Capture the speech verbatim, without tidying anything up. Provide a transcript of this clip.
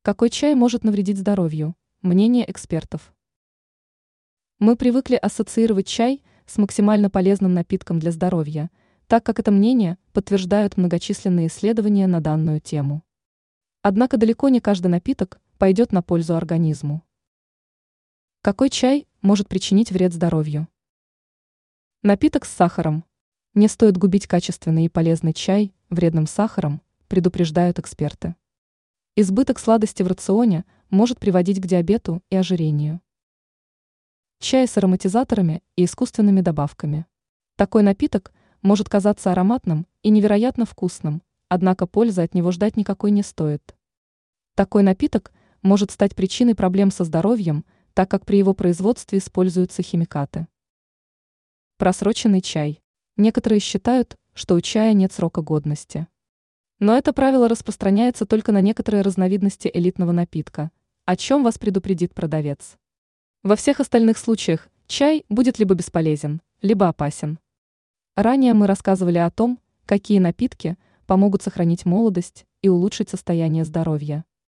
Какой чай может навредить здоровью? Мнение экспертов. Мы привыкли ассоциировать чай с максимально полезным напитком для здоровья, так как это мнение подтверждают многочисленные исследования на данную тему. Однако далеко не каждый напиток пойдет на пользу организму. Какой чай может причинить вред здоровью? Напиток с сахаром. Не стоит губить качественный и полезный чай вредным сахаром, предупреждают эксперты. Избыток сладости в рационе может приводить к диабету и ожирению. Чай с ароматизаторами и искусственными добавками. Такой напиток может казаться ароматным и невероятно вкусным, однако пользы от него ждать никакой не стоит. Такой напиток может стать причиной проблем со здоровьем, так как при его производстве используются химикаты. Просроченный чай. Некоторые считают, что у чая нет срока годности. Но это правило распространяется только на некоторые разновидности элитного напитка, о чем вас предупредит продавец. Во всех остальных случаях чай будет либо бесполезен, либо опасен. Ранее мы рассказывали о том, какие напитки помогут сохранить молодость и улучшить состояние здоровья.